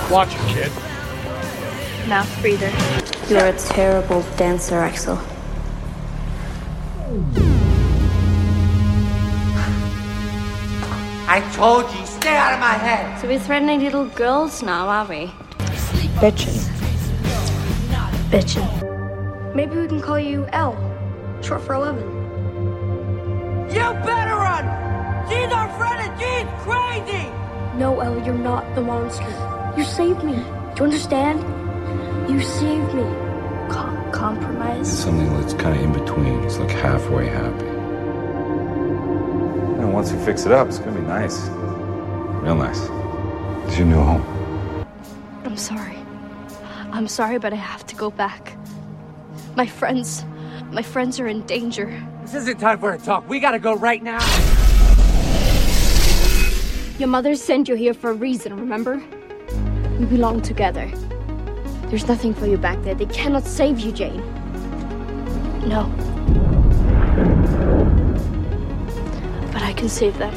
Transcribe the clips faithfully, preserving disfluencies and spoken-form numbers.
Watch it, kid. Mouth breather. You're a terrible dancer, Axel. I told you, stay out of my head. So we're threatening little girls now, are we? Bitchin'. Bitchin'. Maybe we can call you L, short for eleven. You better run! She's our friend and she's crazy! No, Elle, you're not the monster. You saved me. Do you understand? You saved me. Com- compromise. It's something that's kind of in between. It's like halfway happy. And once we fix it up, it's gonna be nice. Real nice. It's your new home. I'm sorry. I'm sorry, but I have to go back. My friends, my friends are in danger. This isn't time for a talk. We gotta go right now. Your mother sent you here for a reason, remember? We belong together. There's nothing for you back there. They cannot save you, Jane. No. But I can save them.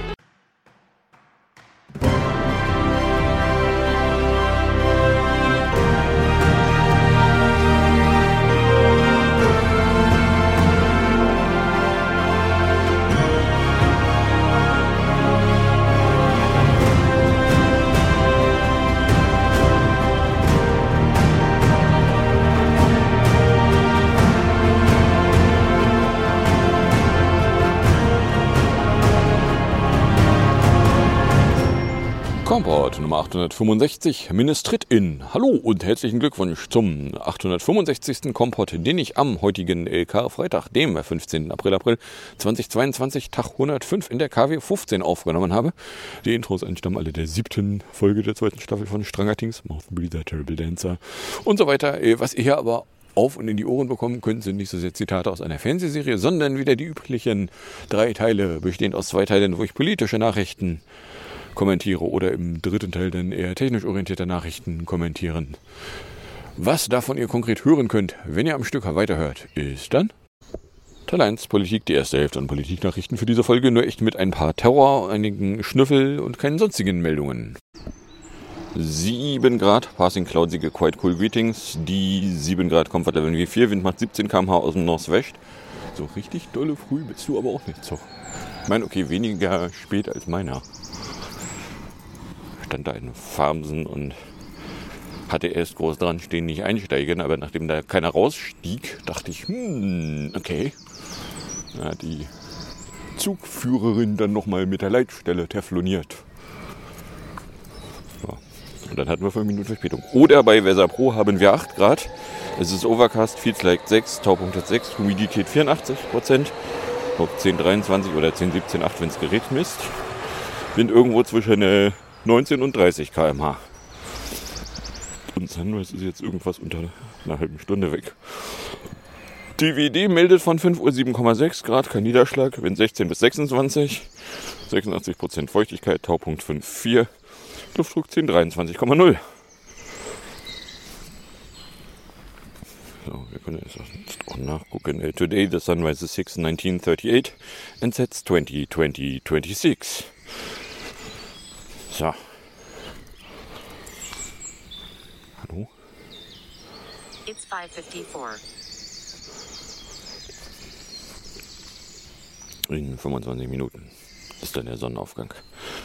Kompott Nummer achthundertfünfundsechzig, Ministrit-In. Hallo und herzlichen Glückwunsch zum achthundertfünfundsechzigsten Kompott, den ich am heutigen Karfreitag, dem fünfzehnten April, April zweitausendzweiundzwanzig, Tag hundertfünf in der K W fünfzehn aufgenommen habe. Die Intros entstammen alle der siebten Folge der zweiten Staffel von Stranger Things, Mouth Breather, Terrible Dancer und so weiter. Was ihr hier aber auf und in die Ohren bekommen könnt, sind nicht so sehr Zitate aus einer Fernsehserie, sondern wieder die üblichen drei Teile, bestehend aus zwei Teilen, wo ich politische Nachrichten kommentiere oder im dritten Teil dann eher technisch orientierte Nachrichten kommentieren. Was davon ihr konkret hören könnt, wenn ihr am Stück weiterhört, ist dann Teil eins, Politik, die erste Hälfte an Politiknachrichten für diese Folge, nur echt mit ein paar Terror, einigen Schnüffel und keinen sonstigen Meldungen. sieben Grad, Passing Cloudsige Quite Cool Greetings, die sieben Grad Comfort Level W vier, Wind macht siebzehn Kilometer pro Stunde aus dem Northwest. So richtig dolle früh bist du aber auch nicht so. Ich meine, okay, weniger spät als meiner. Stand da in Farmsen und hatte erst groß dran stehen, nicht einsteigen, aber nachdem da keiner rausstieg, dachte ich, hm, okay. Da hat die Zugführerin dann nochmal mit der Leitstelle tefloniert. Ja. Und dann hatten wir fünf Minuten Verspätung. Oder bei Weser Pro haben wir acht Grad. Es ist Overcast, Feels like sechs, Taupunkt hat sechs, Humidität vierundachtzig Prozent. zehn dreiundzwanzig oder zehn siebzehn acht, wenn es Gerät misst. Wind irgendwo zwischen äh, neunzehn und dreißig Kilometer pro Stunde. Und Sunrise ist jetzt irgendwas unter einer halben Stunde weg. D W D meldet von fünf Uhr sieben Komma sechs Grad, kein Niederschlag, Wind sechzehn bis sechsundzwanzig, sechsundachtzig Prozent Feuchtigkeit, Taupunkt fünf Komma vier, Luftdruck zehn dreiundzwanzig Komma null. So, wir können jetzt auch nachgucken. Today the sunrise is six nineteen thirty-eight and sets twenty twenty twenty-six. So. Hallo? It's five fifty-four. In fünfundzwanzig Minuten ist dann der Sonnenaufgang.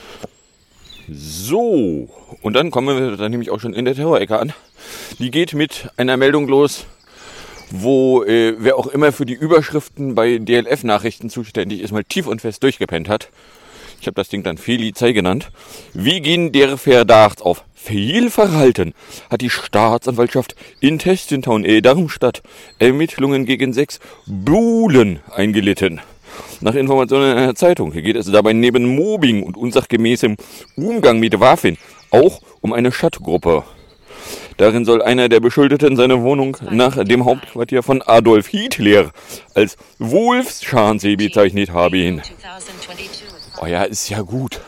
So, und dann kommen wir dann nämlich auch schon in der Terrorecke an. Die geht mit einer Meldung los, wo äh, wer auch immer für die Überschriften bei D L F-Nachrichten zuständig ist, mal tief und fest durchgepennt hat. Ich habe das Ding dann Felizei genannt. Wegen der Verdacht auf Fehlverhalten hat die Staatsanwaltschaft in Tessentown, äh, Darmstadt, Ermittlungen gegen sechs Buhlen eingelitten. Nach Informationen in einer Zeitung geht es dabei neben Mobbing und unsachgemäßem Umgang mit Waffen auch um eine Schattgruppe. Darin soll einer der Beschuldeten seine Wohnung nach dem Hauptquartier von Adolf Hitler als Wolfschanze bezeichnet haben. Oh ja, ist ja gut.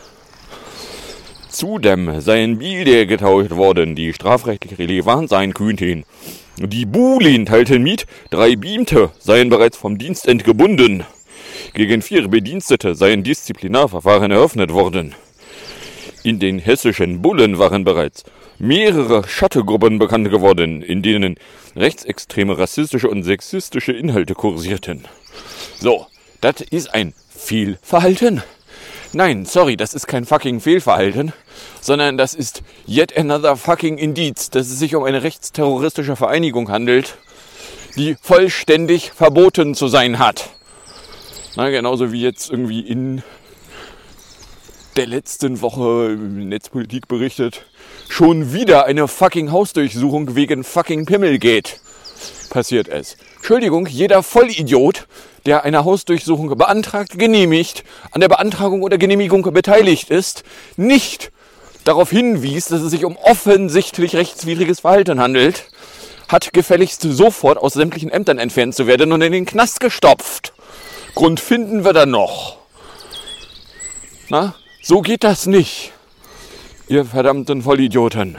Zudem seien Bilder getauscht worden, die strafrechtlich relevant sein könnten. Die Buhlen teilten mit, drei Beamte seien bereits vom Dienst entgebunden. Gegen vier Bedienstete seien Disziplinarverfahren eröffnet worden. In den hessischen Bullen waren bereits mehrere Schattengruppen bekannt geworden, in denen rechtsextreme, rassistische und sexistische Inhalte kursierten. So, das ist ein Fehlverhalten. Nein, sorry, das ist kein fucking Fehlverhalten, sondern das ist yet another fucking Indiz, dass es sich um eine rechtsterroristische Vereinigung handelt, die vollständig verboten zu sein hat. Na, genauso wie jetzt irgendwie in der letzten Woche Netzpolitik berichtet, schon wieder eine fucking Hausdurchsuchung wegen fucking Pimmel geht. Passiert es. Entschuldigung, jeder Vollidiot, der eine Hausdurchsuchung beantragt, genehmigt, an der Beantragung oder Genehmigung beteiligt ist, nicht darauf hinwies, dass es sich um offensichtlich rechtswidriges Verhalten handelt, hat gefälligst sofort aus sämtlichen Ämtern entfernt zu werden und in den Knast gestopft. Grund finden wir dann noch. Na, so geht das nicht, ihr verdammten Vollidioten.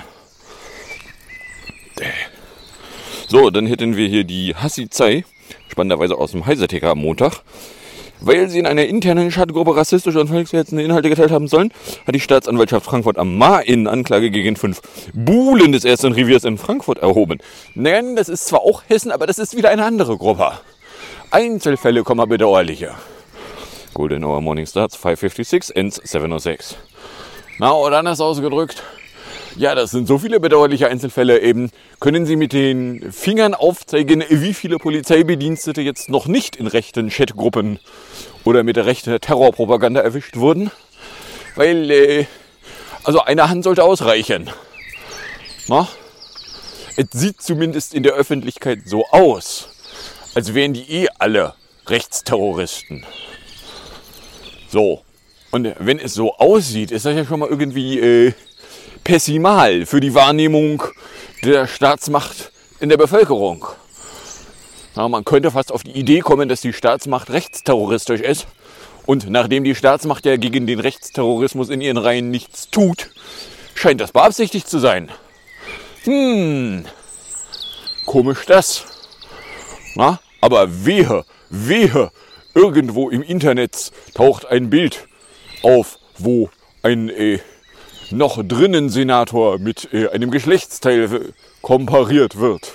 So, dann hätten wir hier die Hassizei, spannenderweise aus dem Heise-T K am Montag. Weil sie in einer internen Schattengruppe rassistische und volksverhetzende Inhalte geteilt haben sollen, hat die Staatsanwaltschaft Frankfurt am Main Anklage gegen fünf Buhlen des ersten Reviers in Frankfurt erhoben. Nein, das ist zwar auch Hessen, aber das ist wieder eine andere Gruppe. Einzelfälle, bedauerliche. Golden Hour Morning Starts five fifty-six, ends seven oh six. Na, oder anders ausgedrückt, ja, das sind so viele bedauerliche Einzelfälle eben. Können Sie mit den Fingern aufzeigen, wie viele Polizeibedienstete jetzt noch nicht in rechten Chatgruppen oder mit der rechten Terrorpropaganda erwischt wurden? Weil, äh, also eine Hand sollte ausreichen. Na? Es sieht zumindest in der Öffentlichkeit so aus, als wären die eh alle Rechtsterroristen. So. Und wenn es so aussieht, ist das ja schon mal irgendwie äh, pessimal für die Wahrnehmung der Staatsmacht in der Bevölkerung. Ja, man könnte fast auf die Idee kommen, dass die Staatsmacht rechtsterroristisch ist. Und nachdem die Staatsmacht ja gegen den Rechtsterrorismus in ihren Reihen nichts tut, scheint das beabsichtigt zu sein. Hm, komisch das. Na, aber wehe, wehe, irgendwo im Internet taucht ein Bild auf, wo ein äh, noch drinnen Senator mit äh, einem Geschlechtsteil äh, kompariert wird.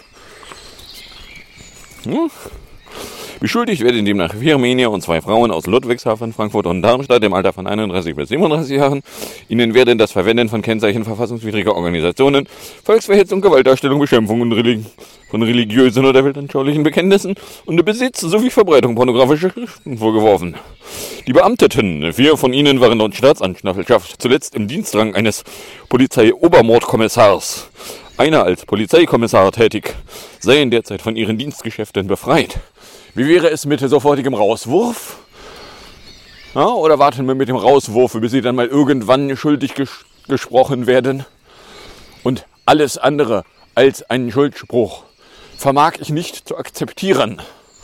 Hm? Beschuldigt werden demnach vier Männer und zwei Frauen aus Ludwigshafen, Frankfurt und Darmstadt im Alter von einunddreißig bis siebenunddreißig Jahren. Ihnen werden das Verwenden von Kennzeichen verfassungswidriger Organisationen, Volksverhetzung, Gewaltdarstellung, Beschimpfung und Relig- von religiösen oder weltanschaulichen Bekenntnissen und Besitz sowie Verbreitung pornografischer Schriften vorgeworfen. Die Beamteten, vier von ihnen waren laut Staatsanwaltschaft zuletzt im Dienstrang eines Polizei-Obermordkommissars, einer als Polizeikommissar tätig, seien derzeit von ihren Dienstgeschäften befreit. Wie wäre es mit sofortigem Rauswurf? Ja, oder warten wir mit dem Rauswurf, bis sie dann mal irgendwann schuldig ges- gesprochen werden? Und alles andere als einen Schuldspruch vermag ich nicht zu akzeptieren.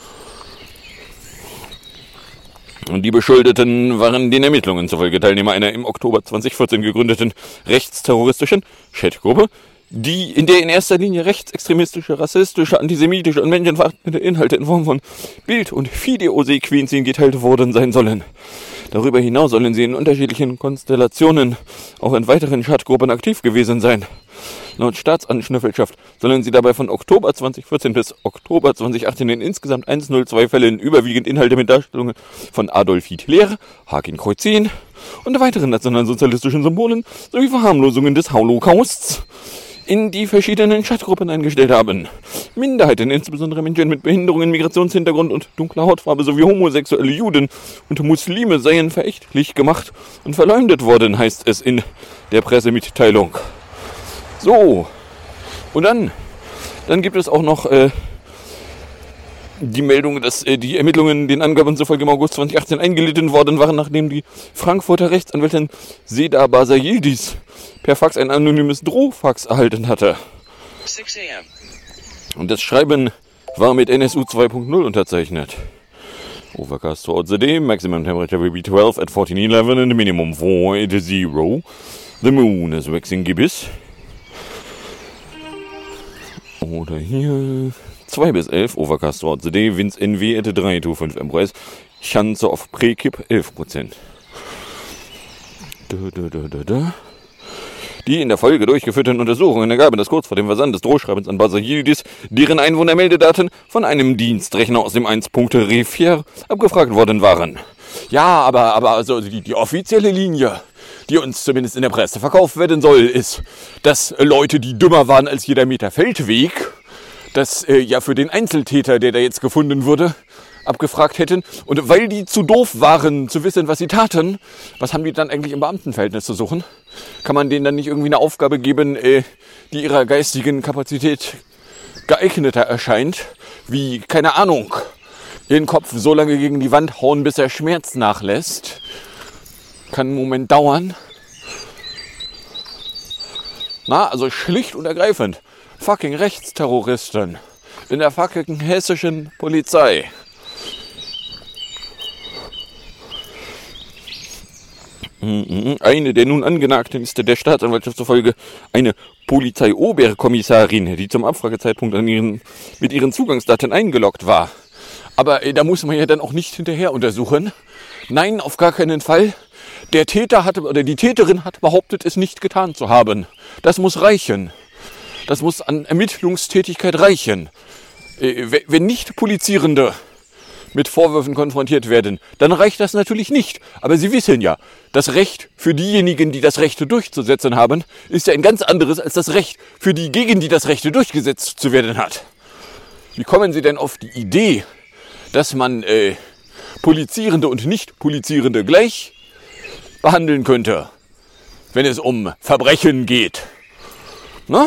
Und die Beschuldeten waren den Ermittlungen zufolge Teilnehmer einer im Oktober zweitausendvierzehn gegründeten rechtsterroristischen Chatgruppe, die in der in erster Linie rechtsextremistische, rassistische, antisemitische und menschenverachtende Inhalte in Form von Bild- und Videosequenzen geteilt worden sein sollen. Darüber hinaus sollen sie in unterschiedlichen Konstellationen auch in weiteren Chatgruppen aktiv gewesen sein. Laut Staatsanwaltschaft sollen sie dabei von Oktober zweitausendvierzehn bis Oktober zweitausendachtzehn in insgesamt hundertzwei Fällen überwiegend Inhalte mit Darstellungen von Adolf Hitler, Haken Kreuzchen und weiteren nationalsozialistischen Symbolen sowie Verharmlosungen des Holocausts in die verschiedenen Chatgruppen eingestellt haben. Minderheiten, insbesondere Menschen mit Behinderungen, Migrationshintergrund und dunkler Hautfarbe sowie homosexuelle Juden und Muslime seien verächtlich gemacht und verleumdet worden, heißt es in der Pressemitteilung. So, und dann, dann gibt es auch noch äh, die Meldung, dass äh, die Ermittlungen den Angaben zufolge im August zweitausendachtzehn eingelitten worden waren, nachdem die Frankfurter Rechtsanwältin Seda Basayildis per Fax ein anonymes Drohfax erhalten hatte. six a m Und das Schreiben war mit N S U zwei punkt null unterzeichnet. Overcast throughout the day, maximum temperature will be twelve at fourteen eleven and the minimum four at zero. The moon is waxing gibbous. Oder hier zwei bis elf, Overcast throughout the day, Winds N W at drei to five M Preis, Chance auf Präkipp elf Prozent. Da, da, da, da, da. Die in der Folge durchgeführten Untersuchungen ergaben, dass kurz vor dem Versand des Drohschreibens an Basagidis deren Einwohnermeldedaten von einem Dienstrechner aus dem eins Punkt Rivière abgefragt worden waren. Ja, aber, aber also die, die offizielle Linie, die uns zumindest in der Presse verkauft werden soll, ist, dass Leute, die dümmer waren als jeder Meter Feldweg, das äh, ja für den Einzeltäter, der da jetzt gefunden wurde, abgefragt hätten. Und weil die zu doof waren, zu wissen, was sie taten, was haben die dann eigentlich im Beamtenverhältnis zu suchen? Kann man denen dann nicht irgendwie eine Aufgabe geben, äh, die ihrer geistigen Kapazität geeigneter erscheint? Wie, keine Ahnung, den Kopf so lange gegen die Wand hauen, bis er Schmerz nachlässt. Kann einen Moment dauern. Na, also schlicht und ergreifend. Fucking Rechtsterroristen in der fucking hessischen Polizei. Eine der nun Angenagten ist der Staatsanwaltschaft zufolge eine Polizeioberkommissarin, die zum Abfragezeitpunkt an ihren, mit ihren Zugangsdaten eingeloggt war. Aber äh, da muss man ja dann auch nicht hinterher untersuchen. Nein, auf gar keinen Fall. Der Täter hatte, oder die Täterin hat behauptet, es nicht getan zu haben. Das muss reichen. Das muss an Ermittlungstätigkeit reichen. Äh, wenn nicht Polizierende mit Vorwürfen konfrontiert werden, dann reicht das natürlich nicht. Aber Sie wissen ja, das Recht für diejenigen, die das Recht durchzusetzen haben, ist ja ein ganz anderes als das Recht für die, gegen die das Recht durchgesetzt zu werden hat. Wie kommen Sie denn auf die Idee, dass man äh, Polizierende und Nicht-Polizierende gleich behandeln könnte, wenn es um Verbrechen geht? Na?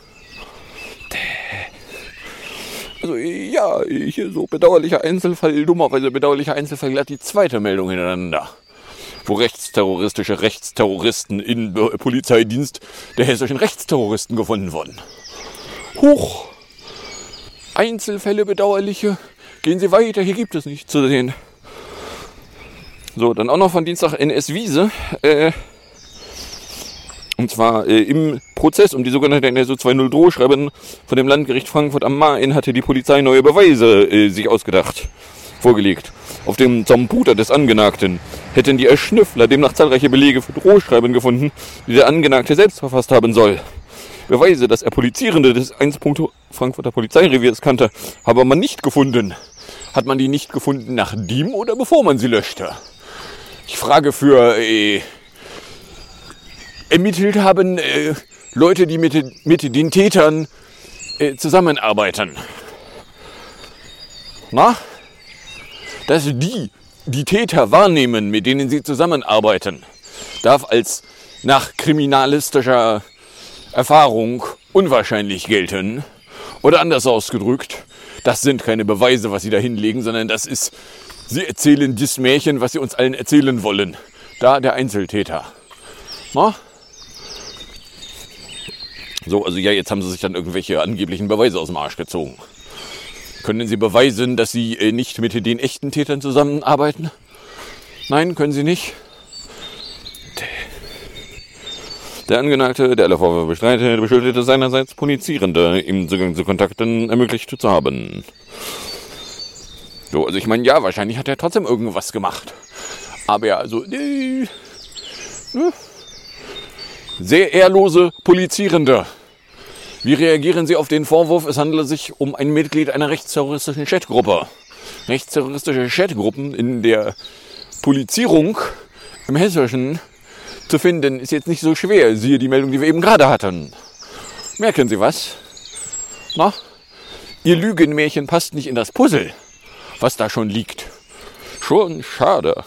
Also ja, hier so bedauerlicher Einzelfall, dummerweise bedauerlicher Einzelfall, glatt die zweite Meldung hintereinander, wo rechtsterroristische Rechtsterroristen in Be- Polizeidienst der hessischen Rechtsterroristen gefunden wurden. Huch! Einzelfälle bedauerliche, gehen Sie weiter, hier gibt es nichts zu sehen. So, dann auch noch von Dienstag N S Wiese, äh, und zwar äh, im Prozess um die sogenannte N S U zwei null Drohschreiben von dem Landgericht Frankfurt am Main hatte die Polizei neue Beweise äh, sich ausgedacht, vorgelegt. Auf dem Computer des Angenagten hätten die Erschnüffler demnach zahlreiche Belege für Drohschreiben gefunden, die der Angenagte selbst verfasst haben soll. Beweise, dass er Polizierende des eins Punkt Frankfurter Polizeireviers kannte, habe man nicht gefunden. Hat man die nicht gefunden, nachdem oder bevor man sie löschte? Ich frage für äh, ermittelt haben äh, Leute, die mit, mit den Tätern äh, zusammenarbeiten. Na? Dass die die Täter wahrnehmen, mit denen sie zusammenarbeiten, darf als nach kriminalistischer Erfahrung unwahrscheinlich gelten. Oder anders ausgedrückt, das sind keine Beweise, was sie da hinlegen, sondern das ist, sie erzählen das Märchen, was sie uns allen erzählen wollen. Da der Einzeltäter. Na? So, also ja, jetzt haben sie sich dann irgendwelche angeblichen Beweise aus dem Arsch gezogen. Können Sie beweisen, dass Sie äh, nicht mit den echten Tätern zusammenarbeiten? Nein, können Sie nicht? Der Angenagte, der alle Vorwürfe bestreitet, beschuldigte seinerseits Polizierende, ihm Zugang zu Kontakten ermöglicht zu haben. So, also ich meine, ja, wahrscheinlich hat er trotzdem irgendwas gemacht. Aber ja, also, äh, ne? Sehr ehrlose Polizierende. Wie reagieren Sie auf den Vorwurf, es handele sich um ein Mitglied einer rechtsterroristischen Chatgruppe? Rechtsterroristische Chatgruppen in der Polizierung im Hessischen zu finden, ist jetzt nicht so schwer. Siehe die Meldung, die wir eben gerade hatten. Merken Sie was? Na? Ihr Lügenmärchen passt nicht in das Puzzle, was da schon liegt. Schon schade.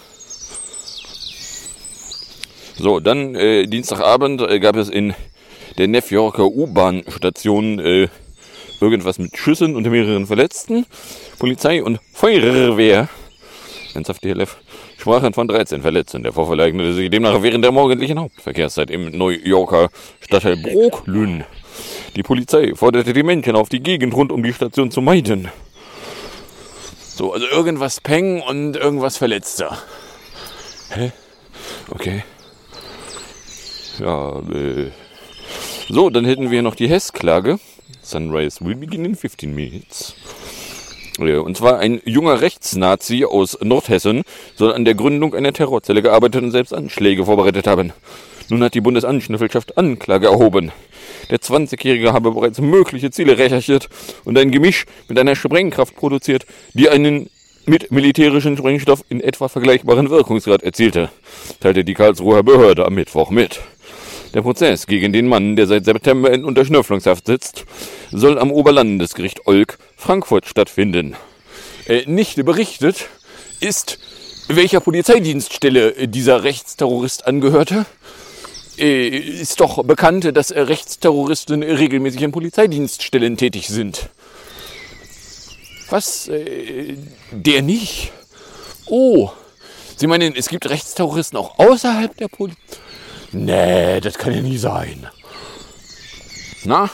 So, dann äh, Dienstagabend äh, gab es in der New Yorker U-Bahn-Station äh, irgendwas mit Schüssen und mehreren Verletzten. Polizei und Feuerwehr, ernsthaft D L F, sprachen von dreizehn Verletzten. Der Vorfall ereignete sich demnach während der morgendlichen Hauptverkehrszeit im New Yorker Stadtteil Brooklyn. Die Polizei forderte die Menschen auf, die Gegend rund um die Station zu meiden. So, also irgendwas Peng und irgendwas Verletzte. Hä? Okay. Ja, äh. So, dann hätten wir noch die Hess-Klage. Sunrise will begin in fifteen minutes. Und zwar ein junger Rechtsnazi aus Nordhessen soll an der Gründung einer Terrorzelle gearbeitet und selbst Anschläge vorbereitet haben. Nun hat die Bundesanschnüffelschaft Anklage erhoben. Der zwanzigjährige habe bereits mögliche Ziele recherchiert und ein Gemisch mit einer Sprengkraft produziert, die einen mit militärischem Sprengstoff in etwa vergleichbaren Wirkungsgrad erzielte, teilte die Karlsruher Behörde am Mittwoch mit. Der Prozess gegen den Mann, der seit September in Unterschnüfflungshaft sitzt, soll am Oberlandesgericht Olk, Frankfurt stattfinden. Äh, nicht berichtet ist, welcher Polizeidienststelle dieser Rechtsterrorist angehörte. Äh, ist doch bekannt, dass Rechtsterroristen regelmäßig in Polizeidienststellen tätig sind. Was? Äh, der nicht? Oh, Sie meinen, es gibt Rechtsterroristen auch außerhalb der Polizei? Nee, das kann ja nie sein. Na?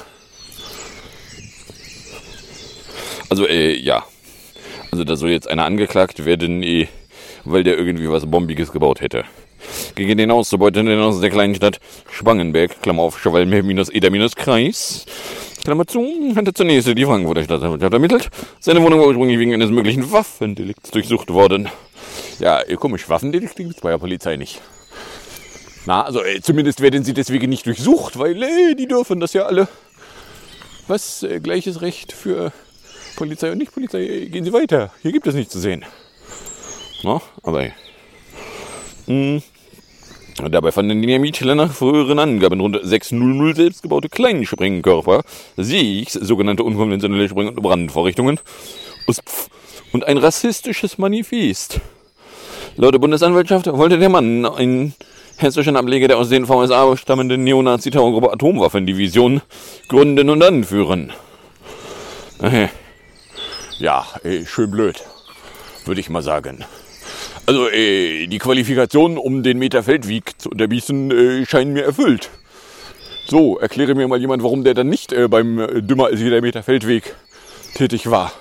Also, äh, ja. Also, da soll jetzt einer angeklagt werden, eh, weil der irgendwie was Bombiges gebaut hätte. Gegen den Auszubeutenden aus der kleinen Stadt Spangenberg, Klammer auf, Schwalm-Eder-Kreis, Klammer zu, hatte zunächst die Frankfurter Staatsanwaltschaft ermittelt. Seine Wohnung war ursprünglich wegen eines möglichen Waffendelikts durchsucht worden. Ja, komisch, Waffendelikt gibt es bei der Polizei nicht. Na, also äh, zumindest werden sie deswegen nicht durchsucht, weil äh, die dürfen das ja alle. Was? Äh, gleiches Recht für Polizei und Nicht-Polizei. Äh, gehen Sie weiter. Hier gibt es nichts zu sehen. Na, aber... Mh. Dabei fanden die Ermittler nach früheren Angaben rund sechshundert selbstgebaute Kleinsprengkörper, Siegs, sogenannte unkonventionelle Spreng- und Brandvorrichtungen, und ein rassistisches Manifest. Laut der Bundesanwaltschaft wollte der Mann einen hessischen Ableger der aus den V S A stammenden Neonazi-Terrorgruppe Atomwaffendivision gründen und anführen. Äh, ja, äh, schön blöd, würde ich mal sagen. Also, äh, die Qualifikationen, um den Meter Feldweg zu unterbieten, äh, scheinen mir erfüllt. So, erkläre mir mal jemand, warum der dann nicht äh, beim äh, Dümmer als jeder Meter Feldweg tätig war.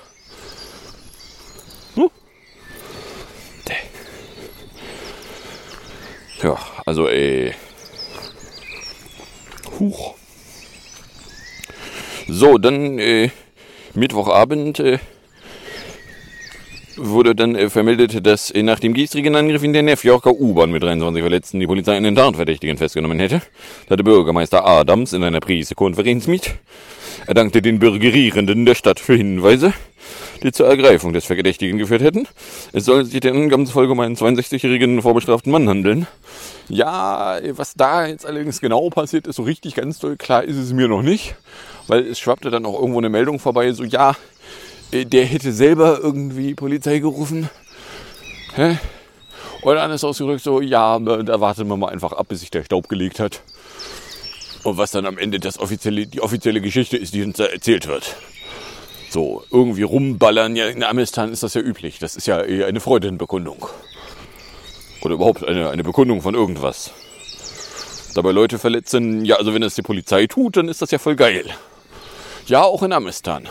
Hm? Ja, also, äh... Huch. So, dann, äh, Mittwochabend, äh... wurde dann äh, vermeldet, dass äh, nach dem gestrigen Angriff in der New Yorker U-Bahn mit dreiundzwanzig Verletzten die Polizei einen Tatverdächtigen festgenommen hätte. Da hatte Bürgermeister Adams in einer Pressekonferenz mit. Er dankte den Bürgerierenden der Stadt für Hinweise, die zur Ergreifung des Verdächtigen geführt hätten. Es soll sich den Angaben zufolge um einen zweiundsechzigjährigen vorbestraften Mann handeln. Ja, was da jetzt allerdings genau passiert ist, so richtig ganz doll klar ist es mir noch nicht. Weil es schwappte dann auch irgendwo eine Meldung vorbei, so ja, der hätte selber irgendwie Polizei gerufen. Hä? Und dann ist ausgedrückt so, ja, da warten wir mal einfach ab, bis sich der Staub gelegt hat. Und was dann am Ende das offizielle, die offizielle Geschichte ist, die uns da erzählt wird. So, irgendwie rumballern, ja, in Amistan ist das ja üblich. Das ist ja eher eine Freudenbekundung. Oder überhaupt eine, eine Bekundung von irgendwas. Dabei Leute verletzen, ja, also wenn es die Polizei tut, dann ist das ja voll geil. Ja, auch in Amistan.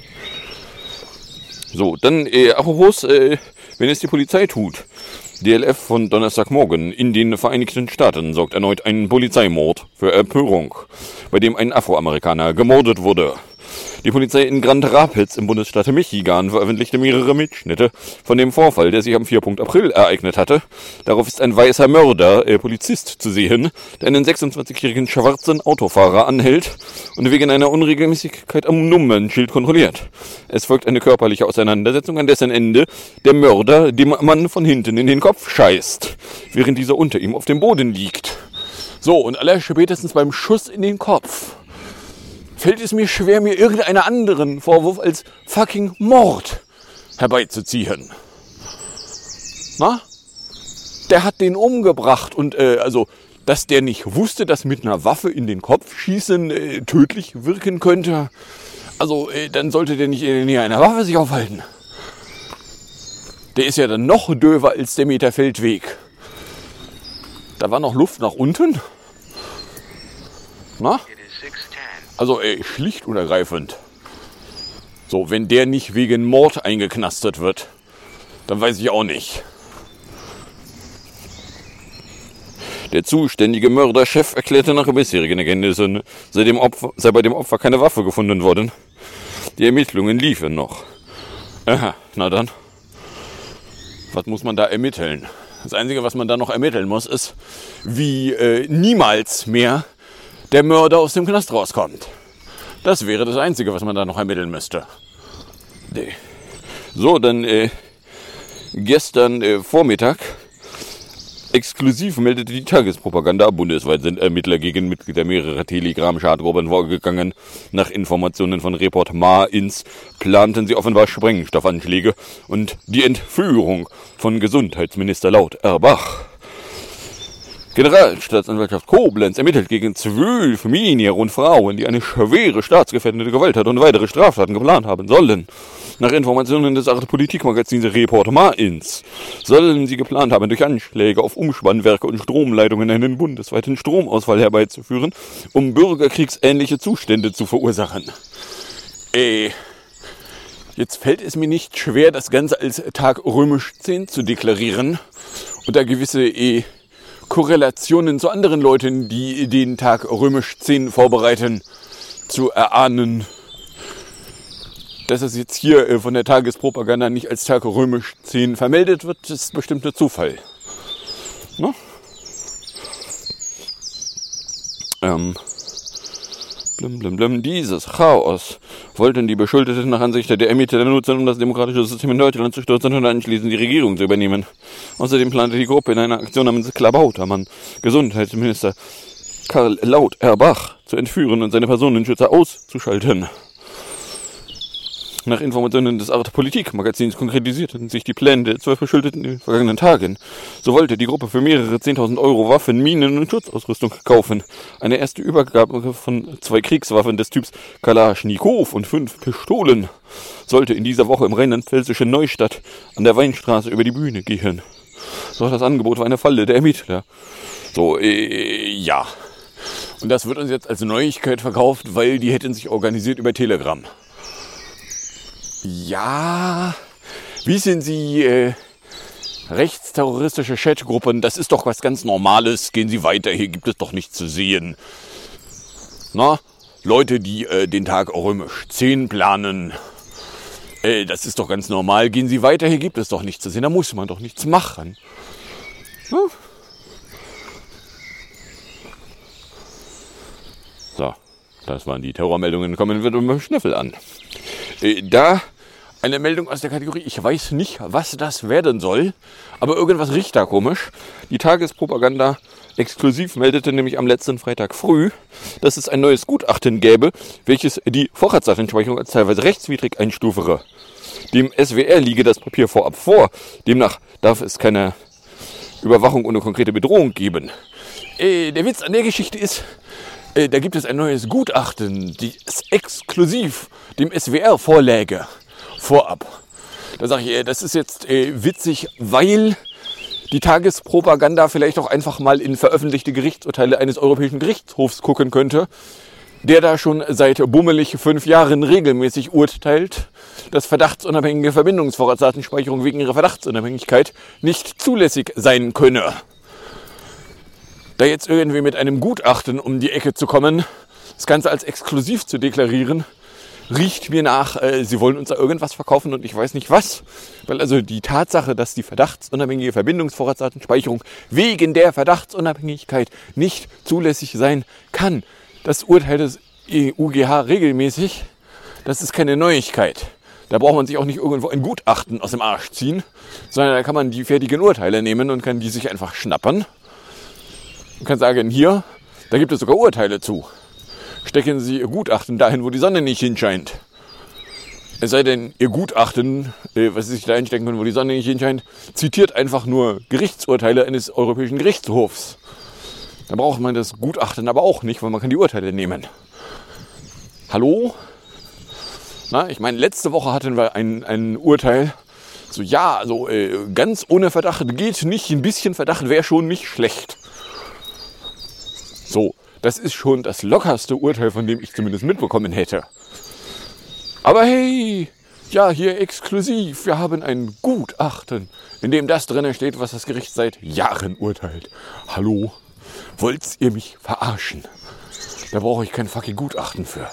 So, dann, äh, apropos, äh, wenn es die Polizei tut. D L F von Donnerstagmorgen. In den Vereinigten Staaten sorgt erneut ein Polizeimord für Empörung, bei dem ein Afroamerikaner gemordet wurde. Die Polizei in Grand Rapids im Bundesstaat Michigan veröffentlichte mehrere Mitschnitte von dem Vorfall, der sich am vierten April ereignet hatte. Darauf ist ein weißer Mörder, äh, Polizist, zu sehen, der einen sechsundzwanzigjährigen schwarzen Autofahrer anhält und wegen einer Unregelmäßigkeit am Nummernschild kontrolliert. Es folgt eine körperliche Auseinandersetzung, an dessen Ende der Mörder dem Mann von hinten in den Kopf scheißt, während dieser unter ihm auf dem Boden liegt. So, und allerspätestens beim Schuss in den Kopf fällt es mir schwer, mir irgendeinen anderen Vorwurf als fucking Mord herbeizuziehen. Na? Der hat den umgebracht und, äh, also, dass der nicht wusste, dass mit einer Waffe in den Kopf schießen äh, tödlich wirken könnte. Also, äh, dann sollte der nicht in der Nähe einer Waffe sich aufhalten. Der ist ja dann noch döver als der Meter Feldweg. Da war noch Luft nach unten. Na? Also, ey, schlicht und ergreifend. So, wenn der nicht wegen Mord eingeknastet wird, dann weiß ich auch nicht. Der zuständige Mörderchef erklärte nach bisherigen Erkenntnissen, sei, dem Opfer, sei bei dem Opfer keine Waffe gefunden worden. Die Ermittlungen liefen noch. Aha, na dann. Was muss man da ermitteln? Das Einzige, was man da noch ermitteln muss, ist, wie äh, niemals mehr der Mörder aus dem Knast rauskommt. Das wäre das Einzige, was man da noch ermitteln müsste. Nee. So, dann äh, gestern äh, Vormittag exklusiv meldete die Tagespropaganda, bundesweit sind Ermittler gegen Mitglieder mehrerer Telegram-Schadgruppen vorgegangen. Nach Informationen von Report Mainz planten sie offenbar Sprengstoffanschläge und die Entführung von Gesundheitsminister Laut Erbach. Generalstaatsanwaltschaft Koblenz ermittelt gegen zwölf Minier und Frauen, die eine schwere staatsgefährdende Gewalttat und weitere Straftaten geplant haben sollen. Nach Informationen des Arte Politikmagazins Report Mainz sollen sie geplant haben, durch Anschläge auf Umspannwerke und Stromleitungen einen bundesweiten Stromausfall herbeizuführen, um bürgerkriegsähnliche Zustände zu verursachen. Äh, jetzt fällt es mir nicht schwer, das Ganze als Tag römisch zehn zu deklarieren und da gewisse äh, Korrelationen zu anderen Leuten, die den Tag römisch zehn vorbereiten, zu erahnen. Dass es jetzt hier äh, von der Tagespropaganda nicht als Tag römisch zehn vermeldet wird, ist bestimmt ein Zufall. Ne? Ähm, blum, blum, blum. Dieses Chaos wollten die Beschuldigten nach Ansicht der Ermittler nutzen, um das demokratische System in Deutschland zu stürzen und anschließend die Regierung zu übernehmen. Außerdem plante die Gruppe in einer Aktion namens Klabautermann Gesundheitsminister Karl Laut Erbach zu entführen und seine Personenschützer auszuschalten. Nach Informationen des Arte Politikmagazins konkretisierten sich die Pläne der zwölf Beschuldigten in den vergangenen Tagen. So wollte die Gruppe für mehrere zehntausend Euro Waffen, Minen und Schutzausrüstung kaufen. Eine erste Übergabe von zwei Kriegswaffen des Typs Kalaschnikow und fünf Pistolen sollte in dieser Woche im rheinland-pfälzischen Neustadt an der Weinstraße über die Bühne gehen. Doch das Angebot war eine Falle der Ermittler. So, äh, ja. Und das wird uns jetzt als Neuigkeit verkauft, weil die hätten sich organisiert über Telegram. Ja, wie sind Sie äh, rechtsterroristische Chatgruppen? Das ist doch was ganz Normales. Gehen Sie weiter, hier gibt es doch nichts zu sehen. Na, Leute, die äh, den Tag römisch zehn planen, äh, das ist doch ganz normal. Gehen Sie weiter, hier gibt es doch nichts zu sehen. Da muss man doch nichts machen. Hm? So, das waren die Terrormeldungen. Kommen wir beim Schnüffel an. Äh, da eine Meldung aus der Kategorie, ich weiß nicht, was das werden soll, aber irgendwas riecht da komisch. Die Tagespropaganda exklusiv meldete nämlich am letzten Freitag früh, dass es ein neues Gutachten gäbe, welches die Vorratsdatenspeicherung als teilweise rechtswidrig einstufere. Dem S W R liege das Papier vorab vor, demnach darf es keine Überwachung ohne konkrete Bedrohung geben. Äh, der Witz an der Geschichte ist, äh, da gibt es ein neues Gutachten, das exklusiv dem S W R vorläge. Vorab. Da sage ich, das ist jetzt äh, witzig, weil die Tagespropaganda vielleicht auch einfach mal in veröffentlichte Gerichtsurteile eines Europäischen Gerichtshofs gucken könnte, der da schon seit bummelig fünf Jahren regelmäßig urteilt, dass verdachtsunabhängige Verbindungsvorratsdatenspeicherung wegen ihrer Verdachtsunabhängigkeit nicht zulässig sein könne. Da jetzt irgendwie mit einem Gutachten um die Ecke zu kommen, das Ganze als exklusiv zu deklarieren, riecht mir nach, äh, sie wollen uns da irgendwas verkaufen und ich weiß nicht was. Weil also die Tatsache, dass die verdachtsunabhängige Verbindungsvorratsdatenspeicherung wegen der Verdachtsunabhängigkeit nicht zulässig sein kann, das Urteil des E U G H regelmäßig, das ist keine Neuigkeit. Da braucht man sich auch nicht irgendwo ein Gutachten aus dem Arsch ziehen, sondern da kann man die fertigen Urteile nehmen und kann die sich einfach schnappern. Man kann sagen, hier, da gibt es sogar Urteile zu. Stecken Sie Ihr Gutachten dahin, wo die Sonne nicht hinscheint. Es sei denn, Ihr Gutachten, äh, was Sie sich da einstecken können, wo die Sonne nicht hinscheint, zitiert einfach nur Gerichtsurteile eines Europäischen Gerichtshofs. Da braucht man das Gutachten aber auch nicht, weil man kann die Urteile nehmen. Hallo? Na, ich meine, letzte Woche hatten wir ein, ein Urteil, so ja, also äh, ganz ohne Verdacht geht nicht, ein bisschen Verdacht wäre schon nicht schlecht. So. Das ist schon das lockerste Urteil, von dem ich zumindest mitbekommen hätte. Aber hey, ja, hier exklusiv, wir haben ein Gutachten, in dem das drin steht, was das Gericht seit Jahren urteilt. Hallo, wollt ihr mich verarschen? Da brauche ich kein fucking Gutachten für.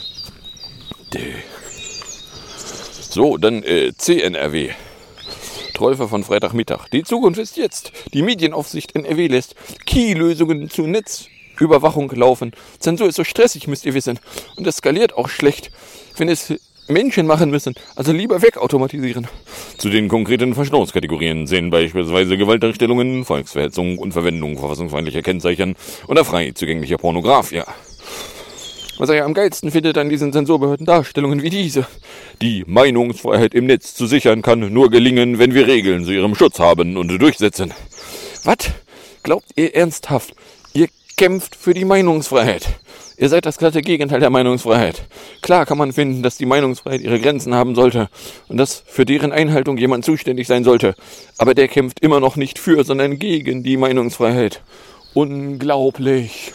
So, dann äh, C N R W. Sträufer von Freitagmittag. Die Zukunft ist jetzt. Die Medienaufsicht N R W lässt Key-Lösungen zu Netzüberwachung laufen. Zensur ist so stressig, müsst ihr wissen. Und es skaliert auch schlecht, wenn es Menschen machen müssen. Also lieber wegautomatisieren. Zu den konkreten Verstoßkategorien sehen beispielsweise Gewaltdarstellungen, Volksverhetzung und Verwendung verfassungsfeindlicher Kennzeichen oder frei zugänglicher Pornografie. Was er ja am geilsten findet an diesen Zensurbehörden Darstellungen wie diese. Die Meinungsfreiheit im Netz zu sichern kann nur gelingen, wenn wir Regeln zu ihrem Schutz haben und durchsetzen. Was? Glaubt ihr ernsthaft, ihr kämpft für die Meinungsfreiheit? Ihr seid das glatte Gegenteil der Meinungsfreiheit. Klar kann man finden, dass die Meinungsfreiheit ihre Grenzen haben sollte und dass für deren Einhaltung jemand zuständig sein sollte. Aber der kämpft immer noch nicht für, sondern gegen die Meinungsfreiheit. Unglaublich.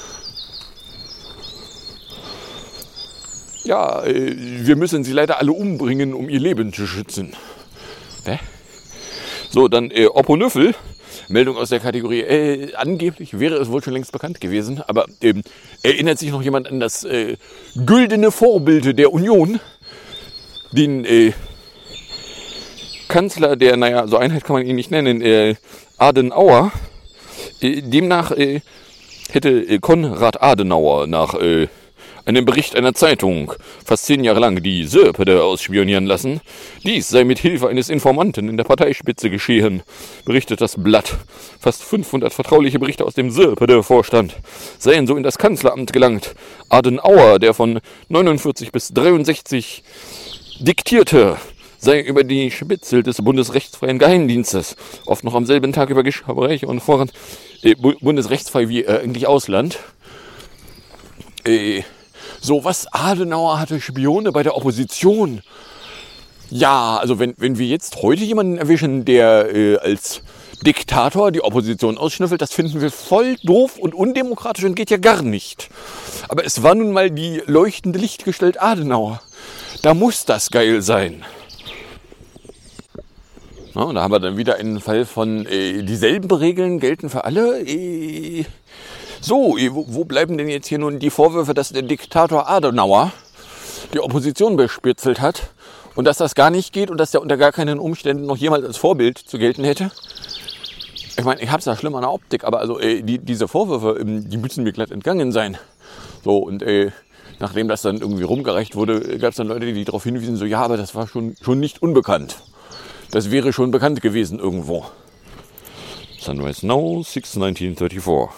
Ja, wir müssen sie leider alle umbringen, um ihr Leben zu schützen. Hä? So, dann äh, Opponüffel. Meldung aus der Kategorie, äh, angeblich wäre es wohl schon längst bekannt gewesen, aber ähm, erinnert sich noch jemand an das äh, güldene Vorbild der Union? Den äh, Kanzler der, naja, so Einheit kann man ihn nicht nennen, äh, Adenauer. Äh, demnach äh, hätte äh, Konrad Adenauer nach äh, einem Bericht einer Zeitung fast zehn Jahre lang die Sörpede ausspionieren lassen. Dies sei mit Hilfe eines Informanten in der Parteispitze geschehen, berichtet das Blatt. Fast fünfhundert vertrauliche Berichte aus dem Sörpede-Vorstand seien so in das Kanzleramt gelangt. Adenauer, der von neunundvierzig bis dreiundsechzig diktierte, sei über die Spitzel des Bundesrechtsfreien Geheimdienstes, oft noch am selben Tag über Gespräche und voran äh, bundesrechtsfrei wie äh, eigentlich Ausland. Äh, So, was? Adenauer hatte Spione bei der Opposition. Ja, also wenn, wenn wir jetzt heute jemanden erwischen, der äh, als Diktator die Opposition ausschnüffelt, das finden wir voll doof und undemokratisch und geht ja gar nicht. Aber es war nun mal die leuchtende Lichtgestalt Adenauer. Da muss das geil sein. Na, und da haben wir dann wieder einen Fall von äh, dieselben Regeln gelten für alle. Äh, So, wo bleiben denn jetzt hier nun die Vorwürfe, dass der Diktator Adenauer die Opposition bespitzelt hat und dass das gar nicht geht und dass der unter gar keinen Umständen noch jemals als Vorbild zu gelten hätte? Ich meine, ich habe es ja schlimm an der Optik, aber also äh, die, diese Vorwürfe, ähm, die müssen mir glatt entgangen sein. So, und äh, nachdem das dann irgendwie rumgereicht wurde, gab es dann Leute, die darauf hinwiesen, so ja, aber das war schon, schon nicht unbekannt. Das wäre schon bekannt gewesen irgendwo. Sunrise Now, six nineteen thirty-four.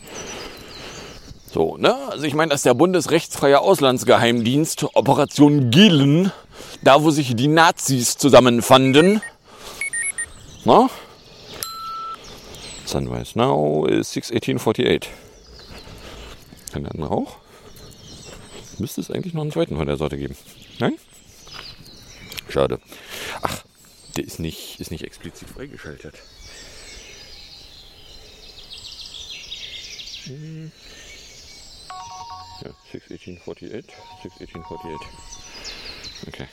So, ne? Also ich meine, dass der Bundesrechtsfreie Auslandsgeheimdienst Operation Gillen, da wo sich die Nazis zusammenfanden, na? Sunrise Now ist six eighteen forty-eight. Kann der andere auch? Müsste es eigentlich noch einen zweiten von der Sorte geben. Nein? Schade. Ach, der ist nicht, ist nicht explizit freigeschaltet. Hm. Ja, six eighteen forty-eight. six eighteen forty-eight. Okay.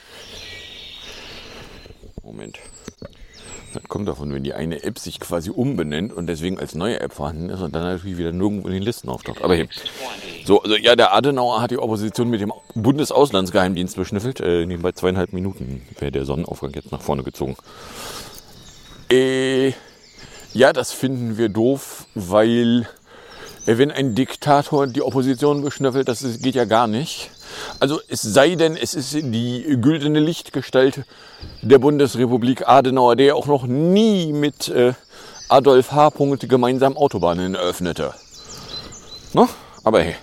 Moment. Das kommt davon, wenn die eine App sich quasi umbenennt und deswegen als neue App vorhanden ist und dann natürlich wieder nirgendwo in den Listen auftaucht. Aber hier. So, also ja, der Adenauer hat die Opposition mit dem Bundesauslandsgeheimdienst beschnüffelt. Äh, nebenbei zweieinhalb Minuten wäre der Sonnenaufgang jetzt nach vorne gezogen. Äh, ja, das finden wir doof, weil wenn ein Diktator die Opposition beschnüffelt, das geht ja gar nicht. Also es sei denn, es ist die güldene Lichtgestalt der Bundesrepublik Adenauer, der auch noch nie mit äh, Adolf H. gemeinsam Autobahnen eröffnete. No? Aber hey.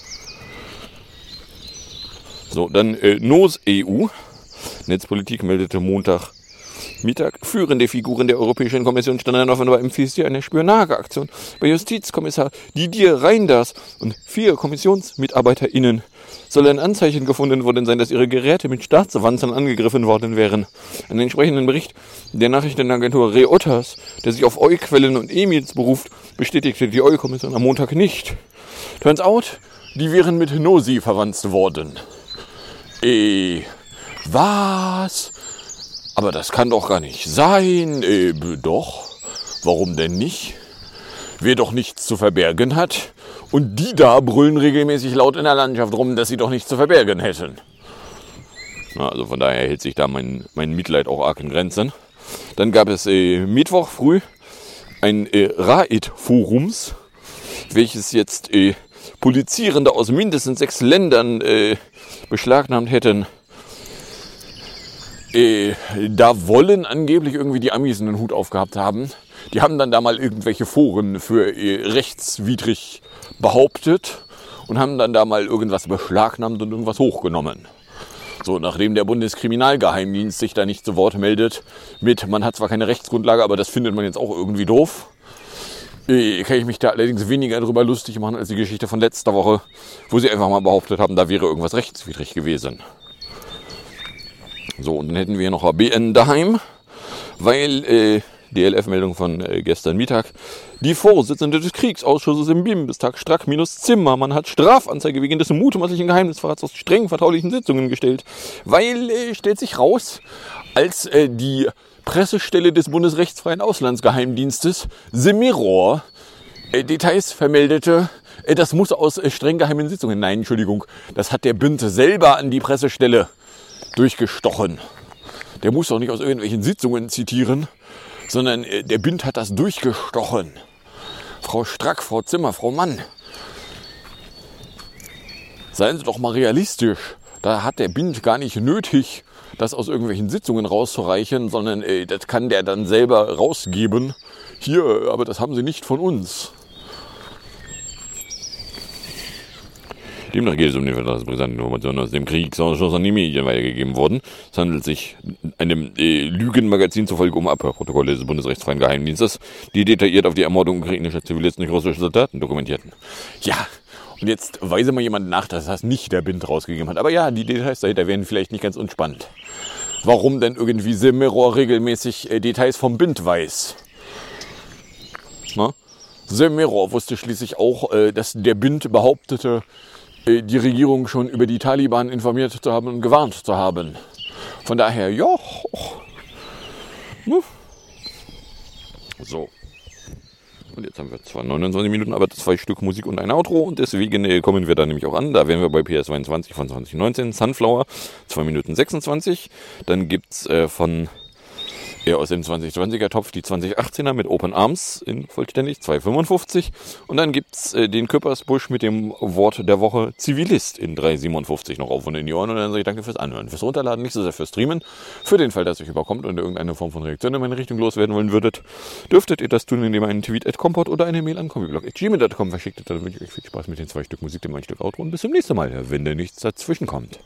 So, dann äh, N O S E U. Netzpolitik meldete Montag Mittag, führende Figuren der Europäischen Kommission standen offenbar im Visier einer Spionageaktion bei Justizkommissar Didier Reynders und vier KommissionsmitarbeiterInnen sollen Anzeichen gefunden worden sein, dass ihre Geräte mit Staatswanzen angegriffen worden wären. Einen entsprechenden Bericht der Nachrichtenagentur Reuters, der sich auf E U-Quellen und E-Mails beruft, bestätigte die E U-Kommission am Montag nicht. Turns out, die wären mit Nosi verwandt worden. Eh, was? Aber das kann doch gar nicht sein. Äh, doch. Warum denn nicht? Wer doch nichts zu verbergen hat. Und die da brüllen regelmäßig laut in der Landschaft rum, dass sie doch nichts zu verbergen hätten. Na, also von daher hält sich da mein, mein Mitleid auch arg in Grenzen. Dann gab es äh, Mittwoch früh ein äh, Raid-Forums, welches jetzt äh, Polizierende aus mindestens sechs Ländern äh, beschlagnahmt hätten. Äh, da wollen angeblich irgendwie die Amis einen Hut aufgehabt haben. Die haben dann da mal irgendwelche Foren für äh, rechtswidrig behauptet und haben dann da mal irgendwas beschlagnahmt und irgendwas hochgenommen. So, nachdem der Bundeskriminalgeheimdienst sich da nicht zu Wort meldet mit, man hat zwar keine Rechtsgrundlage, aber das findet man jetzt auch irgendwie doof, äh, kann ich mich da allerdings weniger drüber lustig machen als die Geschichte von letzter Woche, wo sie einfach mal behauptet haben, da wäre irgendwas rechtswidrig gewesen. So, und dann hätten wir noch B N daheim, weil äh, D L F-Meldung von äh, gestern Mittag. Die Vorsitzende des Kriegsausschusses im Bundestag, Strack-Zimmermann, hat Strafanzeige wegen des mutmaßlichen Geheimnisverrats aus streng vertraulichen Sitzungen gestellt. Weil, äh, stellt sich raus, als äh, die Pressestelle des Bundesrechtsfreien Auslandsgeheimdienstes, Semiror, äh, Details vermeldete, äh, das muss aus äh, streng geheimen Sitzungen. Nein, Entschuldigung, das hat der Bund selber an die Pressestelle durchgestochen. Der muss doch nicht aus irgendwelchen Sitzungen zitieren, sondern äh, der Bund hat das durchgestochen. Frau Strack, Frau Zimmer, Frau Mann. Seien Sie doch mal realistisch. Da hat der Bund gar nicht nötig, das aus irgendwelchen Sitzungen rauszureichen, sondern äh, das kann der dann selber rausgeben. Hier, aber das haben Sie nicht von uns. Demnach geht es um die brisanten Informationen aus dem Kriegsausschuss an die Medien weitergegeben worden. Es handelt sich einem äh, Lügenmagazin zufolge um Abhörprotokolle des Bundesrechtsfreien Geheimdienstes, die detailliert auf die Ermordung ukrainischer Zivilisten durch russische Soldaten dokumentierten. Ja, und jetzt weise mal jemand nach, dass das nicht der Bund rausgegeben hat. Aber ja, die Details dahinter wären vielleicht nicht ganz unspannend. Warum denn irgendwie Semiror regelmäßig äh, Details vom Bund weiß? Na? Semiror wusste schließlich auch, äh, dass der Bund behauptete, die Regierung schon über die Taliban informiert zu haben und gewarnt zu haben. Von daher, ja. So. Und jetzt haben wir zwar neunundzwanzig Minuten, aber zwei Stück Musik und ein Outro. Und deswegen äh, kommen wir da nämlich auch an. Da wären wir bei P S zweiundzwanzig von zwanzig neunzehn. Sunflower, zwei Minuten sechsundzwanzig. Dann gibt es äh, von... Ja, aus dem zwanzig zwanziger Topf die zwanzig achtzehner mit Open Arms in vollständig, zwei fünfundfünfzig. Und dann gibt's äh, den Küppersbusch mit dem Wort der Woche Zivilist in drei siebenundfünfzig noch auf und in die Ohren. Und dann sage ich danke fürs Anhören, fürs Runterladen, nicht so sehr fürs Streamen. Für den Fall, dass euch überkommt und irgendeine Form von Reaktion in meine Richtung loswerden wollen würdet, dürftet ihr das tun, indem ihr einen Tweet at kompott oder eine Mail an kombiblog at gmail punkt com verschickt. Dann wünsche ich euch viel Spaß mit den zwei Stück Musik, dem ein Stück Outro und bis zum nächsten Mal, wenn da nichts dazwischen kommt.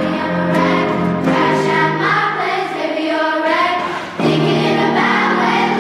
Thinking about when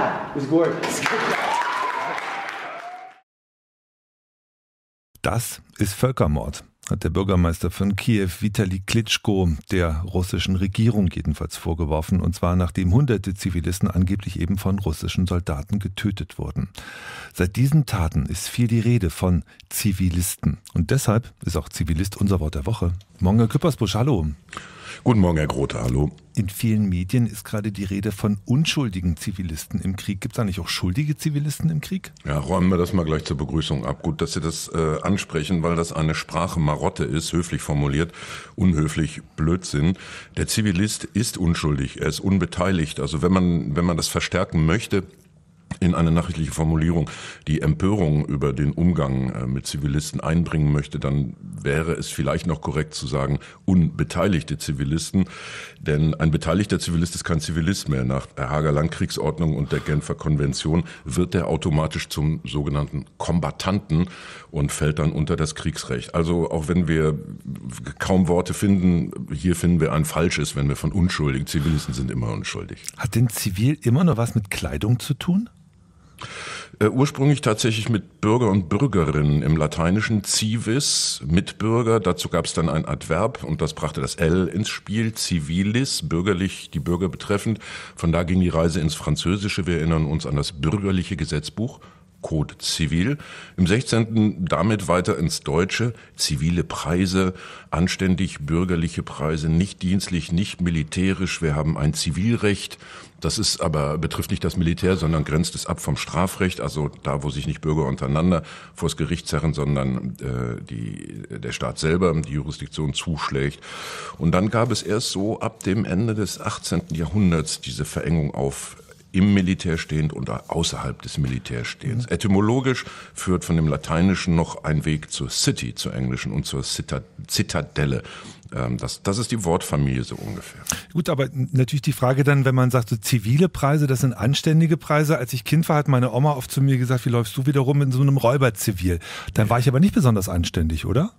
It's gorgeous. Das ist Völkermord, hat der Bürgermeister von Kiew, Vitali Klitschko, der russischen Regierung jedenfalls vorgeworfen, und zwar nachdem hunderte Zivilisten angeblich eben von russischen Soldaten getötet wurden. Seit diesen Taten ist viel die Rede von Zivilisten. Und deshalb ist auch Zivilist unser Wort der Woche. Morgen, Herr Küppersbusch, hallo. Guten Morgen, Herr Grote, hallo. In vielen Medien ist gerade die Rede von unschuldigen Zivilisten im Krieg. Gibt es eigentlich auch schuldige Zivilisten im Krieg? Ja, räumen wir das mal gleich zur Begrüßung ab. Gut, dass Sie das äh, ansprechen, weil das eine Sprache-Marotte ist, höflich formuliert, unhöflich Blödsinn. Der Zivilist ist unschuldig, er ist unbeteiligt. Also wenn man, wenn man das verstärken möchte, in eine nachrichtliche Formulierung die Empörung über den Umgang mit Zivilisten einbringen möchte, dann wäre es vielleicht noch korrekt zu sagen, unbeteiligte Zivilisten. Denn ein beteiligter Zivilist ist kein Zivilist mehr. Nach der Haager Landkriegsordnung und der Genfer Konvention wird er automatisch zum sogenannten Kombattanten und fällt dann unter das Kriegsrecht. Also auch wenn wir kaum Worte finden, hier finden wir ein falsches, wenn wir von unschuldigen, Zivilisten sind immer unschuldig. Hat denn Zivil immer noch was mit Kleidung zu tun? Äh, ursprünglich tatsächlich mit Bürger und Bürgerinnen im Lateinischen civis, Mitbürger. Dazu gab es dann ein Adverb und das brachte das L ins Spiel, civilis, bürgerlich, die Bürger betreffend. Von da ging die Reise ins Französische. Wir erinnern uns an das bürgerliche Gesetzbuch, Code Civil. Im sechzehnten damit weiter ins Deutsche, zivile Preise, anständig bürgerliche Preise, nicht dienstlich, nicht militärisch. Wir haben ein Zivilrecht. Das ist aber, betrifft nicht das Militär, sondern grenzt es ab vom Strafrecht, also da, wo sich nicht Bürger untereinander vors Gericht zerren, sondern äh, die, der Staat selber die Jurisdiktion zuschlägt. Und dann gab es erst so ab dem Ende des achtzehnten Jahrhunderts diese Verengung auf im Militär stehend und außerhalb des Militärstehens. Mhm. Etymologisch führt von dem Lateinischen noch ein Weg zur City, zur Englischen, und zur Zita- Zitadelle. Das, das ist die Wortfamilie so ungefähr. Gut, aber natürlich die Frage dann, wenn man sagt, so zivile Preise, das sind anständige Preise. Als ich Kind war, hat meine Oma oft zu mir gesagt, wie läufst du wieder rum in so einem Räuberzivil? Dann war ich aber nicht besonders anständig, oder?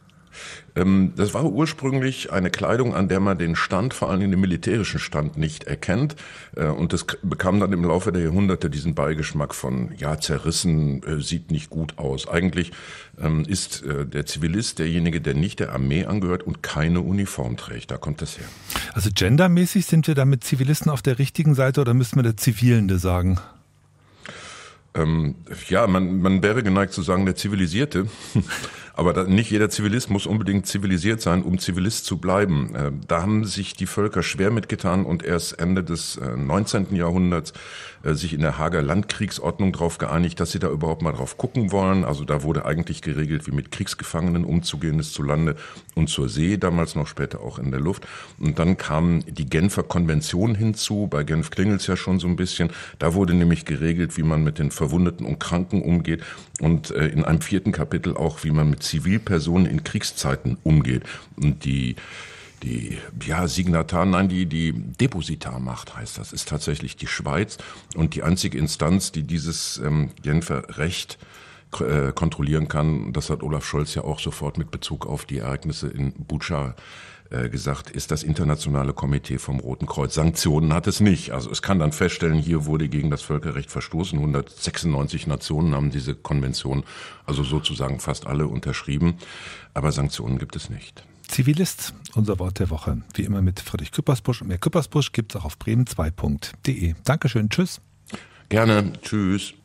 Das war ursprünglich eine Kleidung, an der man den Stand, vor allem den militärischen Stand, nicht erkennt. Und das bekam dann im Laufe der Jahrhunderte diesen Beigeschmack von, ja, zerrissen, sieht nicht gut aus. Eigentlich ist der Zivilist derjenige, der nicht der Armee angehört und keine Uniform trägt. Da kommt das her. Also gendermäßig sind wir da mit Zivilisten auf der richtigen Seite oder müssten wir der Zivilende sagen? Ähm, ja, man, man wäre geneigt zu sagen, der Zivilisierte. Aber da, nicht jeder Zivilist muss unbedingt zivilisiert sein, um Zivilist zu bleiben. Äh, da haben sich die Völker schwer mitgetan und erst Ende des äh, neunzehnten Jahrhunderts äh, sich in der Haager Landkriegsordnung darauf geeinigt, dass sie da überhaupt mal drauf gucken wollen. Also da wurde eigentlich geregelt, wie mit Kriegsgefangenen umzugehen ist, zu Lande und zur See, damals noch, später auch in der Luft. Und dann kam die Genfer Konvention hinzu. Bei Genf klingelt's ja schon so ein bisschen. Da wurde nämlich geregelt, wie man mit den Verwundeten und Kranken umgeht und äh, in einem vierten Kapitel auch, wie man mit Zivilpersonen in Kriegszeiten umgeht. Und die, die, ja, Signatar, nein, die, die Depositarmacht heißt das, ist tatsächlich die Schweiz und die einzige Instanz, die dieses ähm, Genfer Recht äh, kontrollieren kann. Das hat Olaf Scholz ja auch sofort mit Bezug auf die Ereignisse in Butscha äh, gesagt, ist das Internationale Komitee vom Roten Kreuz. Sanktionen hat es nicht. Also es kann dann feststellen, hier wurde gegen das Völkerrecht verstoßen. hundertsechsundneunzig Nationen haben diese Konvention, also sozusagen fast alle, unterschrieben. Aber Sanktionen gibt es nicht. Zivilist, unser Wort der Woche. Wie immer mit Friedrich Küppersbusch. Und mehr Küppersbusch gibt es auch auf bremen zwei punkt de. Dankeschön, tschüss. Gerne, tschüss.